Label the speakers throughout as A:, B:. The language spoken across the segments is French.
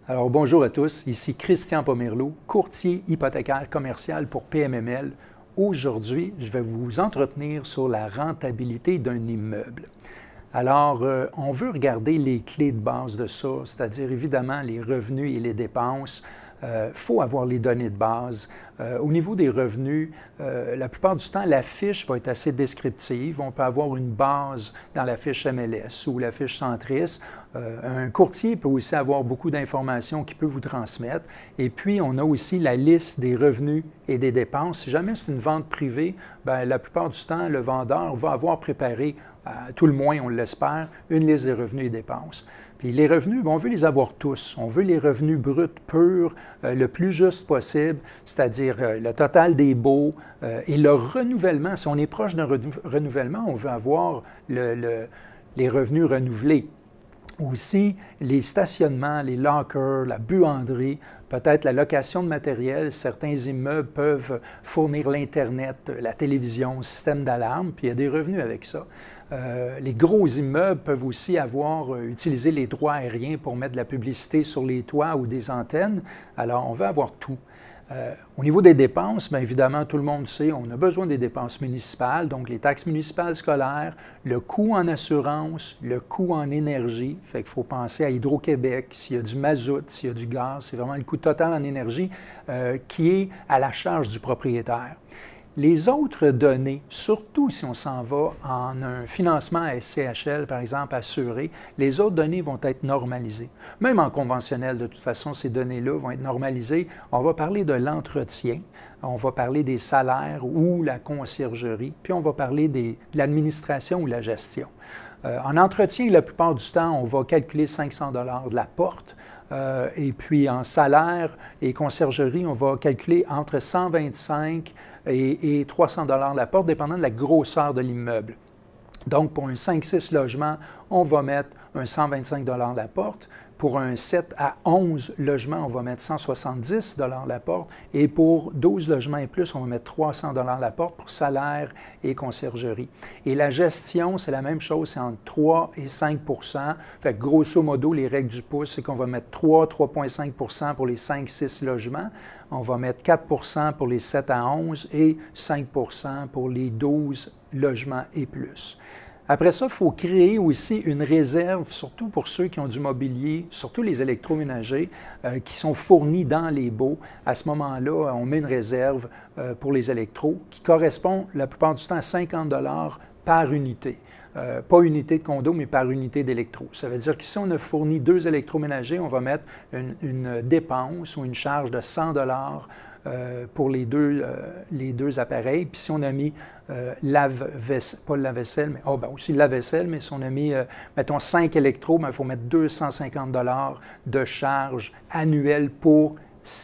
A: Alors bonjour à tous, ici Christian Pomerleau, courtier hypothécaire commercial pour PMML. Aujourd'hui, je vais vous entretenir sur la rentabilité d'un immeuble. Alors, on veut regarder les clés de base de ça, c'est-à-dire évidemment les revenus et les dépenses. Il faut avoir les données de base. Au niveau des revenus, la plupart du temps, la fiche va être assez descriptive. On peut avoir une base dans la fiche MLS ou la fiche Centris. Un courtier peut aussi avoir beaucoup d'informations qu'il peut vous transmettre. Et puis, on a aussi la liste des revenus et des dépenses. Si jamais c'est une vente privée, bien, la plupart du temps, le vendeur va avoir préparé, à tout le moins, on l'espère, une liste des revenus et dépenses. Puis les revenus, bien, on veut les avoir tous. On veut les revenus bruts purs, le plus juste possible, c'est-à-dire le total des baux et leur renouvellement. Si on est proche d'un renouvellement, on veut avoir les revenus renouvelés. Aussi, les stationnements, les lockers, la buanderie, peut-être la location de matériel. Certains immeubles peuvent fournir l'Internet, la télévision, le système d'alarme, puis il y a des revenus avec ça. Les gros immeubles peuvent aussi utiliser les droits aériens pour mettre de la publicité sur les toits ou des antennes. Alors, on veut avoir tout. Au niveau des dépenses, bien évidemment, tout le monde sait, on a besoin des dépenses municipales, donc les taxes municipales scolaires, le coût en assurance, le coût en énergie. Fait qu'il faut penser à Hydro-Québec, s'il y a du mazout, s'il y a du gaz, c'est vraiment le coût total en énergie qui est à la charge du propriétaire. Les autres données, surtout si on s'en va en un financement à SCHL, par exemple, assuré, les autres données vont être normalisées. Même en conventionnel, de toute façon, ces données-là vont être normalisées. On va parler de l'entretien, on va parler des salaires ou la conciergerie, puis on va parler de l'administration ou la gestion. En entretien, la plupart du temps, on va calculer 500 $ de la porte. Et puis en salaire et conciergerie, on va calculer entre 125 et 300 $ la porte, dépendant de la grosseur de l'immeuble. Donc, pour un 5-6 logements, on va mettre un 125 $ la porte. Pour un 7 à 11 logements, on va mettre 170 $ la porte. Et pour 12 logements et plus, on va mettre 300 $ la porte pour salaire et conciergerie. Et la gestion, c'est la même chose, c'est entre 3 et 5 %. Fait que grosso modo, les règles du pouce, c'est qu'on va mettre 3,5 % pour les 5-6 logements. On va mettre 4 % pour les 7 à 11 et 5 % pour les 12 logements et plus. Après ça, il faut créer aussi une réserve, surtout pour ceux qui ont du mobilier, surtout les électroménagers qui sont fournis dans les baux. À ce moment-là, on met une réserve pour les électros qui correspond la plupart du temps à 50 $ par unité. Pas unité de condo, mais par unité d'électro. Ça veut dire que si on a fourni 2 électroménagers, on va mettre une dépense ou une charge de 100 $ pour les deux appareils. Puis si on a mis lave-vaisselle, pas le lave-vaisselle, mais aussi le lave-vaisselle, mais si on a mis, mettons, 5 électros, il faut mettre 250 $ de charge annuelle pour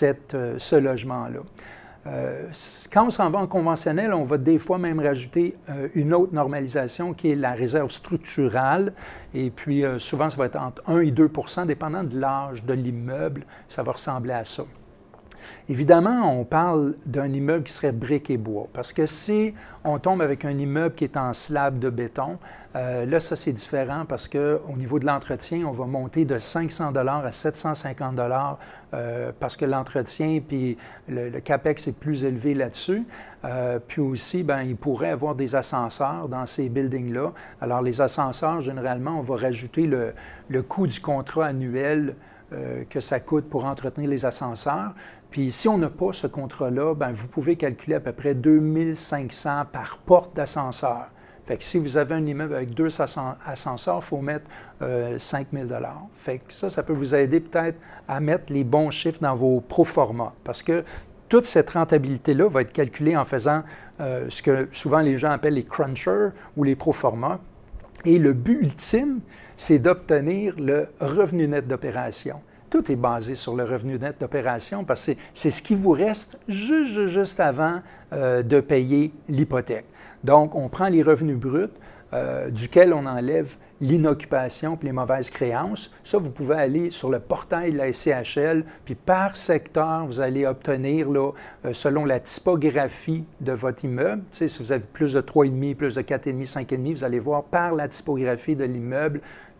A: ce logement-là. Quand on s'en va en conventionnel, on va des fois même rajouter une autre normalisation qui est la réserve structurale. Et puis, souvent, ça va être entre 1 et 2 %, dépendant de l'âge de l'immeuble, ça va ressembler à ça. Évidemment, on parle d'un immeuble qui serait briques et bois, parce que si on tombe avec un immeuble qui est en slab de béton, là, ça, c'est différent parce qu'au niveau de l'entretien, on va monter de 500 $ à 750 $ parce que l'entretien puis le CAPEX est plus élevé là-dessus. Puis aussi, bien, il pourrait y avoir des ascenseurs dans ces buildings-là. Alors, les ascenseurs, généralement, on va rajouter le coût du contrat annuel que ça coûte pour entretenir les ascenseurs. Puis si on n'a pas ce contrat-là, bien, vous pouvez calculer à peu près 2500 $ par porte d'ascenseur. Fait que si vous avez un immeuble avec 2 ascenseurs, il faut mettre 5000 $. Fait que ça peut vous aider peut-être à mettre les bons chiffres dans vos proformas. Parce que toute cette rentabilité-là va être calculée en faisant ce que souvent les gens appellent les crunchers ou les proformas. Et le but ultime, c'est d'obtenir le revenu net d'opération. Tout est basé sur le revenu net d'opération parce que c'est ce qui vous reste juste avant de payer l'hypothèque. Donc, on prend les revenus bruts duquel on enlève l'inoccupation et les mauvaises créances. Ça, vous pouvez aller sur le portail de la SCHL, puis par secteur, vous allez obtenir, là, selon la typographie de votre immeuble. Tu sais, si vous avez plus de 3,5, plus de 4,5, 5,5, vous allez voir par la typographie de l'immeuble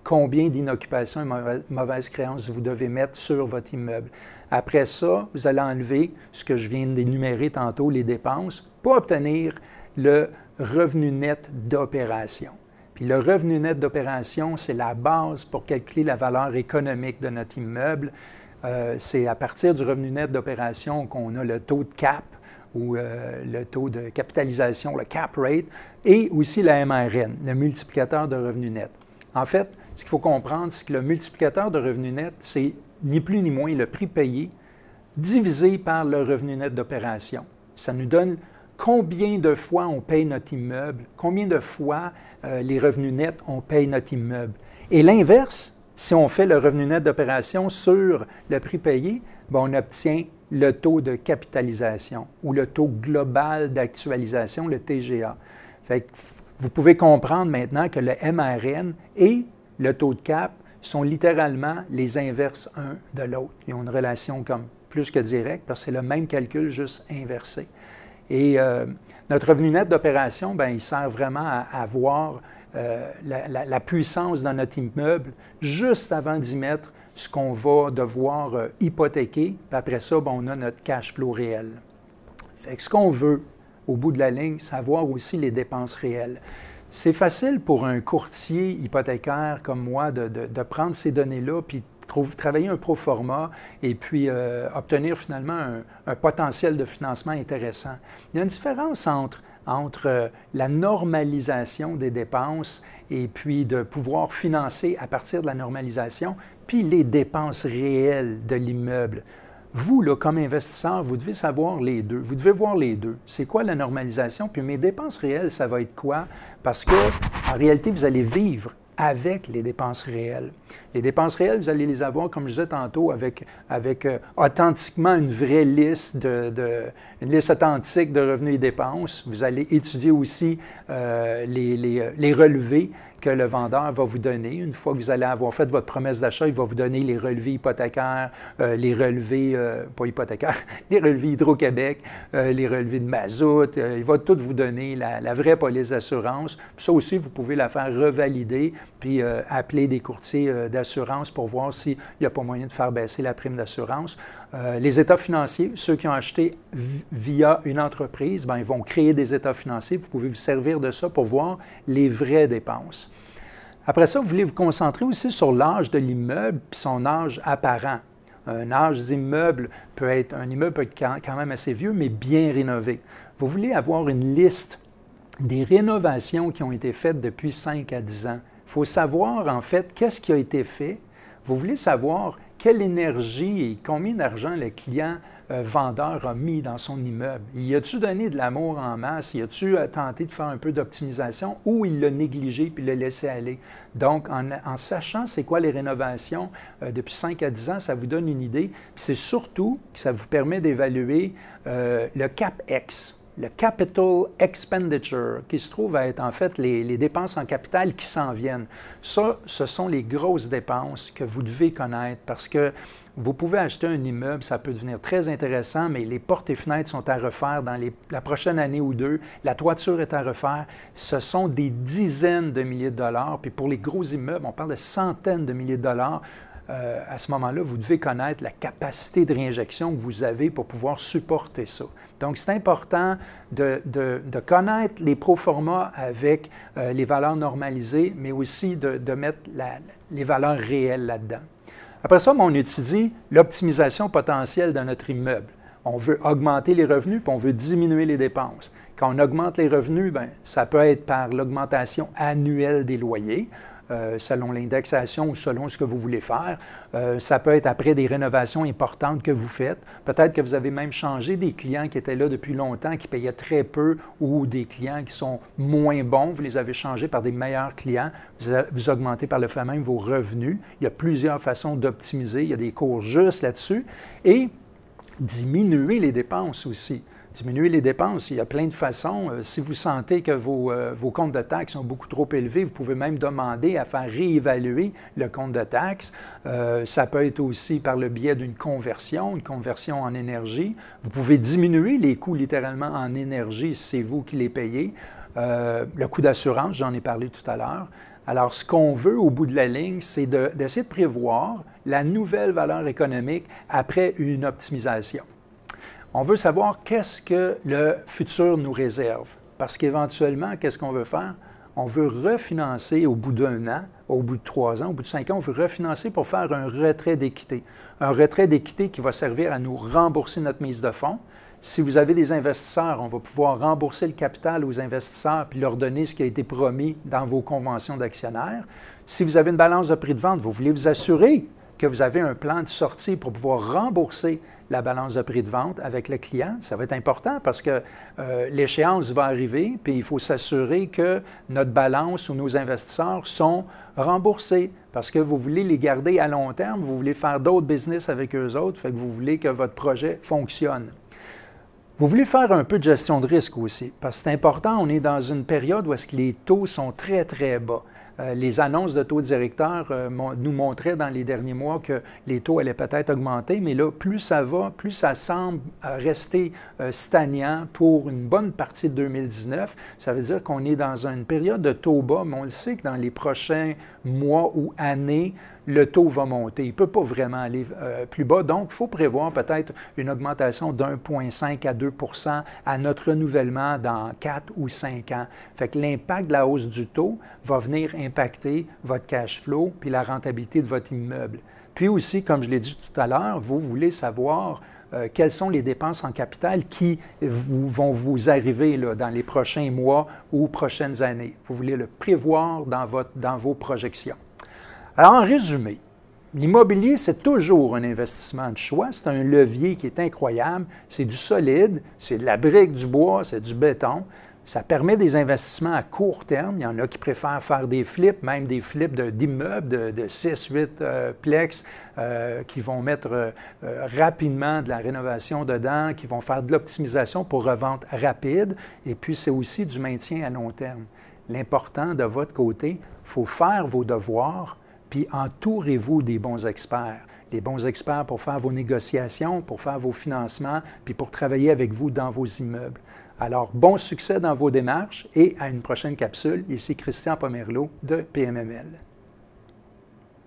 A: combien d'inoccupation et mauvaises créances vous devez mettre sur votre immeuble. Après ça, vous allez enlever ce que je viens d'énumérer tantôt, les dépenses, pour obtenir le revenu net d'opération. Puis le revenu net d'opération, c'est la base pour calculer la valeur économique de notre immeuble. C'est à partir du revenu net d'opération qu'on a le taux de cap ou le taux de capitalisation, le cap rate, et aussi la MRN, le multiplicateur de revenu net. En fait, ce qu'il faut comprendre, c'est que le multiplicateur de revenu net, c'est ni plus ni moins le prix payé divisé par le revenu net d'opération. Ça nous donne combien de fois on paye notre immeuble, combien de fois les revenus nets on paye notre immeuble. Et l'inverse, si on fait le revenu net d'opération sur le prix payé, bien, on obtient le taux de capitalisation ou le taux global d'actualisation, le TGA. Fait que vous pouvez comprendre maintenant que le MRN et le taux de cap sont littéralement les inverses un de l'autre. Ils ont une relation comme plus que directe parce que c'est le même calcul, juste inversé. Et notre revenu net d'opération, bien, il sert vraiment à voir la puissance dans notre immeuble juste avant d'y mettre ce qu'on va devoir hypothéquer. Puis après ça, bien, on a notre cash flow réel. Fait que ce qu'on veut, au bout de la ligne, c'est avoir aussi les dépenses réelles. C'est facile pour un courtier hypothécaire comme moi de prendre ces données-là puis travailler un pro forma et puis obtenir finalement un potentiel de financement intéressant. Il y a une différence entre la normalisation des dépenses et puis de pouvoir financer à partir de la normalisation, puis les dépenses réelles de l'immeuble. Vous, là, comme investisseur, vous devez savoir les deux. Vous devez voir les deux. C'est quoi la normalisation? Puis mes dépenses réelles, ça va être quoi? Parce que, en réalité, vous allez vivre avec les dépenses réelles. Les dépenses réelles, vous allez les avoir, comme je disais tantôt, avec authentiquement une vraie liste, une liste authentique de revenus et dépenses. Vous allez étudier aussi les relevés que le vendeur va vous donner. Une fois que vous allez avoir fait votre promesse d'achat, il va vous donner les relevés hypothécaires, les relevés, pas hypothécaires, les relevés Hydro-Québec, les relevés de mazout. Il va tout vous donner, la vraie police d'assurance. Ça aussi, vous pouvez la faire revalider, puis appeler des courtiers d'assurance pour voir s'il n'y a pas moyen de faire baisser la prime d'assurance. Les états financiers, ceux qui ont acheté via une entreprise, bien, ils vont créer des états financiers. Vous pouvez vous servir de ça pour voir les vraies dépenses. Après ça, vous voulez vous concentrer aussi sur l'âge de l'immeuble et son âge apparent. Un âge d'immeuble un immeuble peut être quand même assez vieux, mais bien rénové. Vous voulez avoir une liste des rénovations qui ont été faites depuis 5 à 10 ans. Il faut savoir, en fait, qu'est-ce qui a été fait. Vous voulez savoir quelle énergie et combien d'argent le client vendeur a mis dans son immeuble. Y a-t-il donné de l'amour en masse? Y a-t-il tenté de faire un peu d'optimisation ou il l'a négligé puis l'a laissé aller? Donc, en sachant c'est quoi les rénovations depuis 5 à 10 ans, ça vous donne une idée. Puis c'est surtout que ça vous permet d'évaluer le CapEx. Le Capital Expenditure, qui se trouve à être en fait les dépenses en capital qui s'en viennent. Ça, ce sont les grosses dépenses que vous devez connaître parce que vous pouvez acheter un immeuble, ça peut devenir très intéressant, mais les portes et fenêtres sont à refaire dans la prochaine année ou deux. La toiture est à refaire. Ce sont des dizaines de milliers de dollars. Puis pour les gros immeubles, on parle de centaines de milliers de dollars. À ce moment-là, vous devez connaître la capacité de réinjection que vous avez pour pouvoir supporter ça. Donc, c'est important de connaître les proformas avec les valeurs normalisées, mais aussi de mettre les valeurs réelles là-dedans. Après ça, on étudie l'optimisation potentielle de notre immeuble. On veut augmenter les revenus, puis on veut diminuer les dépenses. Quand on augmente les revenus, bien, ça peut être par l'augmentation annuelle des loyers, selon l'indexation ou selon ce que vous voulez faire. Ça peut être après des rénovations importantes que vous faites. Peut-être que vous avez même changé des clients qui étaient là depuis longtemps, qui payaient très peu, ou des clients qui sont moins bons. Vous les avez changés par des meilleurs clients. Vous augmentez par le fait même vos revenus. Il y a plusieurs façons d'optimiser. Il y a des cours juste là-dessus. Et diminuer les dépenses aussi. Diminuer les dépenses, il y a plein de façons. Si vous sentez que vos comptes de taxes sont beaucoup trop élevés, vous pouvez même demander à faire réévaluer le compte de taxes. Ça peut être aussi par le biais d'une conversion, une conversion en énergie. Vous pouvez diminuer les coûts littéralement en énergie si c'est vous qui les payez. Le coût d'assurance, j'en ai parlé tout à l'heure. Alors, ce qu'on veut au bout de la ligne, c'est d'essayer de prévoir la nouvelle valeur économique après une optimisation. On veut savoir qu'est-ce que le futur nous réserve. Parce qu'éventuellement, qu'est-ce qu'on veut faire? On veut refinancer au bout d'un an, au bout de 3 ans, au bout de 5 ans, on veut refinancer pour faire un retrait d'équité. Un retrait d'équité qui va servir à nous rembourser notre mise de fonds. Si vous avez des investisseurs, on va pouvoir rembourser le capital aux investisseurs puis leur donner ce qui a été promis dans vos conventions d'actionnaires. Si vous avez une balance de prix de vente, vous voulez vous assurer que vous avez un plan de sortie pour pouvoir rembourser la balance de prix de vente avec le client. Ça va être important parce que l'échéance va arriver, puis il faut s'assurer que notre balance ou nos investisseurs sont remboursés parce que vous voulez les garder à long terme, vous voulez faire d'autres business avec eux autres, fait que vous voulez que votre projet fonctionne. Vous voulez faire un peu de gestion de risque aussi, parce que c'est important, on est dans une période où est-ce que les taux sont très, très bas. Les annonces de taux directeurs nous montraient dans les derniers mois que les taux allaient peut-être augmenter, mais là, plus ça va, plus ça semble rester stagnant pour une bonne partie de 2019. Ça veut dire qu'on est dans une période de taux bas, mais on le sait que dans les prochains mois ou années, le taux va monter. Il ne peut pas vraiment aller plus bas. Donc, il faut prévoir peut-être une augmentation d'1,5 à 2 % à notre renouvellement dans 4 ou 5 ans. Fait que l'impact de la hausse du taux va venir impacter votre cash flow puis la rentabilité de votre immeuble. Puis aussi, comme je l'ai dit tout à l'heure, vous voulez savoir quelles sont les dépenses en capital qui vont vous arriver là, dans les prochains mois ou prochaines années. Vous voulez le prévoir dans vos projections. Alors, en résumé, l'immobilier, c'est toujours un investissement de choix. C'est un levier qui est incroyable. C'est du solide, c'est de la brique, du bois, c'est du béton. Ça permet des investissements à court terme. Il y en a qui préfèrent faire des flips, même des flips d'immeubles de 6-8 plex qui vont mettre rapidement de la rénovation dedans, qui vont faire de l'optimisation pour revente rapide. Et puis, c'est aussi du maintien à long terme. L'important de votre côté, il faut faire vos devoirs, puis entourez-vous des bons experts. Les bons experts pour faire vos négociations, pour faire vos financements, puis pour travailler avec vous dans vos immeubles. Alors, bon succès dans vos démarches et à une prochaine capsule. Ici Christian Pomerleau de PMML.